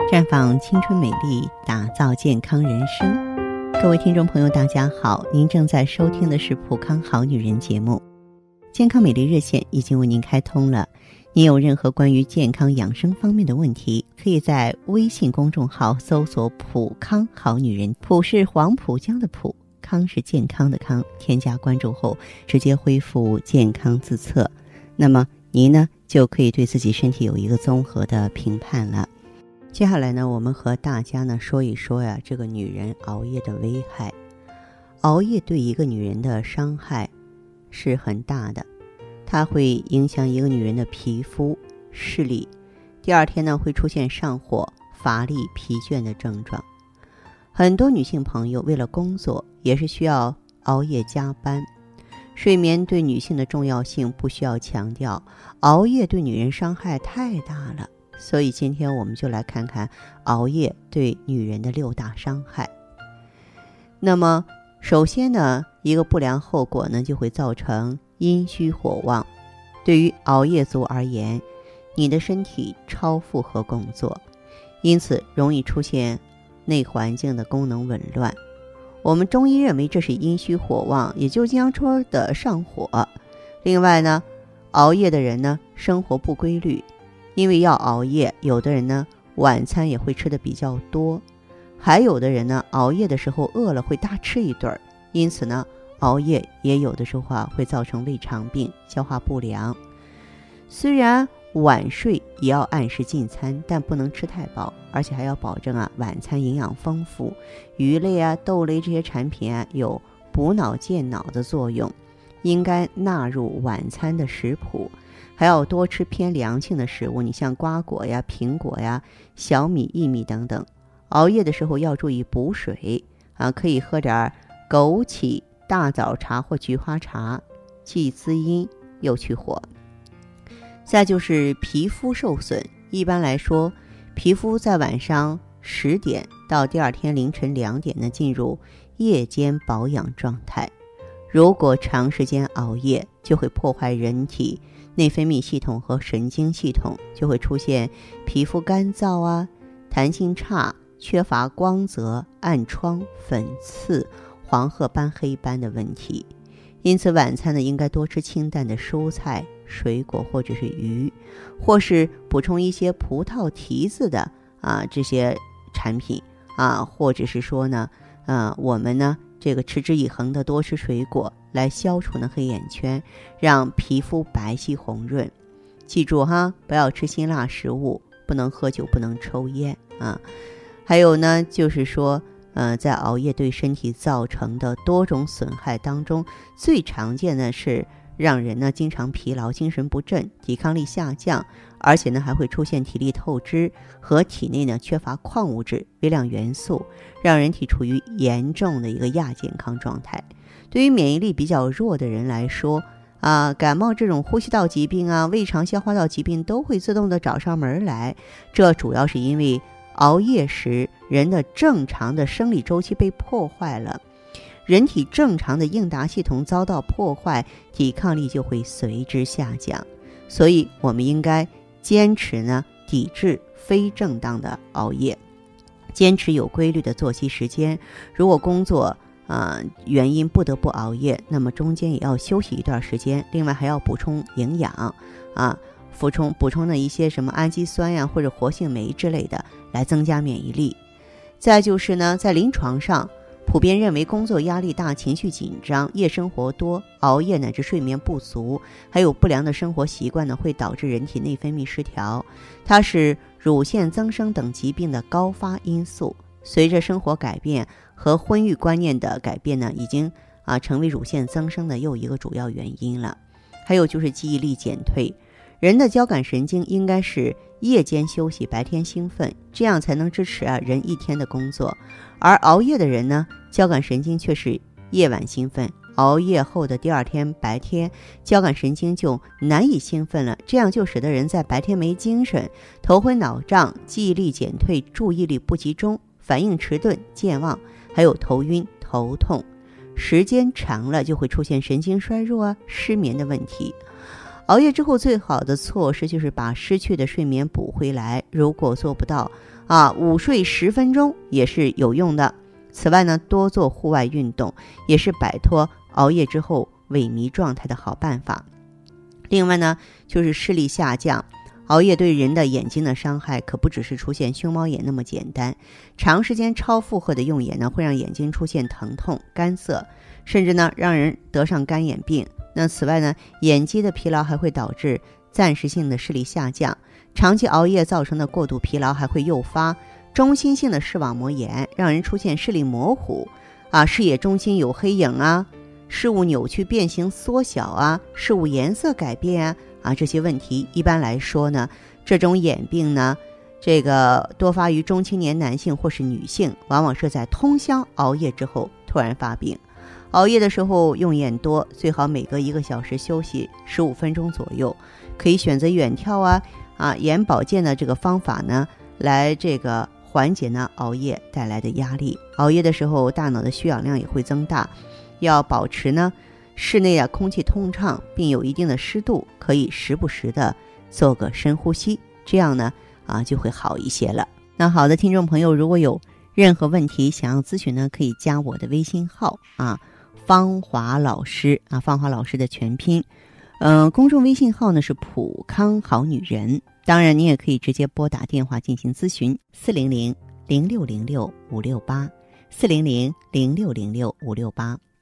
绽放青春美丽，打造健康人生。各位听众朋友大家好，您正在收听的是普康好女人节目。健康美丽热线已经为您开通了，您有任何关于健康养生方面的问题，可以在微信公众号搜索普康好女人，普是黄浦江的浦，康是健康的康，添加关注后直接恢复健康自测，那么您呢就可以对自己身体有一个综合的评判了。接下来呢，我们和大家呢说一说呀，这个女人熬夜的危害。熬夜对一个女人的伤害是很大的，它会影响一个女人的皮肤、视力，第二天呢会出现上火、乏力、疲倦的症状。很多女性朋友为了工作也是需要熬夜加班。睡眠对女性的重要性不需要强调，熬夜对女人伤害太大了。所以今天我们就来看看熬夜对女人的6大伤害。那么首先呢，一个不良后果呢就会造成阴虚火旺。对于熬夜族而言，你的身体超负荷工作，因此容易出现内环境的功能紊乱。我们中医认为这是阴虚火旺，也就是经常说的上火。另外呢，熬夜的人呢生活不规律，因为要熬夜，有的人呢晚餐也会吃的比较多，还有的人呢熬夜的时候饿了会大吃一顿，因此呢熬夜也有的时候会造成胃肠病、消化不良。虽然晚睡也要按时进餐，但不能吃太饱，而且还要保证晚餐营养丰富，鱼类豆类这些产品有补脑健脑的作用，应该纳入晚餐的食谱。还要多吃偏凉性的食物，你像瓜果呀、苹果呀、小米、薏米等等。熬夜的时候要注意补水可以喝点枸杞、大枣茶或菊花茶，既滋阴又去火。再就是皮肤受损，一般来说，皮肤在晚上10点到第二天凌晨2点呢进入夜间保养状态。如果长时间熬夜，就会破坏人体内分泌系统和神经系统，就会出现皮肤干燥弹性差、缺乏光泽、暗疮、粉刺、黄褐斑、黑斑的问题。因此晚餐呢应该多吃清淡的蔬菜、水果或者是鱼，或是补充一些葡萄、提子的这些产品或者是说呢我们呢这个持之以恒的多吃水果，来消除黑眼圈，让皮肤白皙红润。记住不要吃辛辣食物，不能喝酒，不能抽烟还有呢就是说在熬夜对身体造成的多种损害当中，最常见的是让人呢经常疲劳、精神不振、抵抗力下降，而且呢还会出现体力透支和体内呢缺乏矿物质、微量元素，让人体处于严重的一个亚健康状态。对于免疫力比较弱的人来说感冒这种呼吸道疾病胃肠消化道疾病都会自动的找上门来。这主要是因为熬夜时人的正常的生理周期被破坏了，人体正常的应答系统遭到破坏，抵抗力就会随之下降。所以我们应该坚持抵制非正当的熬夜，坚持有规律的作息时间。如果工作原因不得不熬夜，那么中间也要休息一段时间。另外还要补充营养补充的一些什么氨基酸或者活性酶之类的，来增加免疫力。再就是呢，在临床上普遍认为工作压力大、情绪紧张、夜生活多、熬夜乃至睡眠不足，还有不良的生活习惯呢，会导致人体内分泌失调，它是乳腺增生等疾病的高发因素。随着生活改变和婚育观念的改变呢，已经成为乳腺增生的又一个主要原因了。还有就是记忆力减退，人的交感神经应该是夜间休息，白天兴奋，这样才能支持人一天的工作。而熬夜的人呢，交感神经却是夜晚兴奋，熬夜后的第二天白天，交感神经就难以兴奋了，这样就使得人在白天没精神，头昏脑胀，记忆力减退，注意力不集中，反应迟钝、健忘，还有头晕、头痛。时间长了就会出现神经衰弱失眠的问题。 熬夜之后最好的措施就是把失去的睡眠补回来，如果做不到午睡10分钟也是有用的。此外呢，多做户外运动也是摆脱熬夜之后萎靡状态的好办法。另外呢，就是视力下降。熬夜对人的眼睛的伤害可不只是出现熊猫眼那么简单，长时间超负荷的用眼呢，会让眼睛出现疼痛、干涩，甚至呢让人得上干眼病。那此外呢，眼肌的疲劳还会导致暂时性的视力下降，长期熬夜造成的过度疲劳还会诱发中心性的视网膜炎，让人出现视力模糊视野中心有黑影事物扭曲变形缩小事物颜色改变这些问题。一般来说呢，这种眼病呢，这个多发于中青年男性或是女性，往往是在通宵熬夜之后突然发病。熬夜的时候用眼多，最好每隔1个小时休息15分钟左右，可以选择远眺眼保健的这个方法呢，来这个缓解呢熬夜带来的压力。熬夜的时候，大脑的血氧量也会增大，要保持呢室内空气通畅，并有一定的湿度，可以时不时的做个深呼吸，这样呢就会好一些了。那好的，听众朋友，如果有任何问题想要咨询呢，可以加我的微信号芳华老师芳华老师的全拼，公众微信号呢是普康好女人。当然，你也可以直接拨打电话进行咨询，400-0606-568，400-0606-568。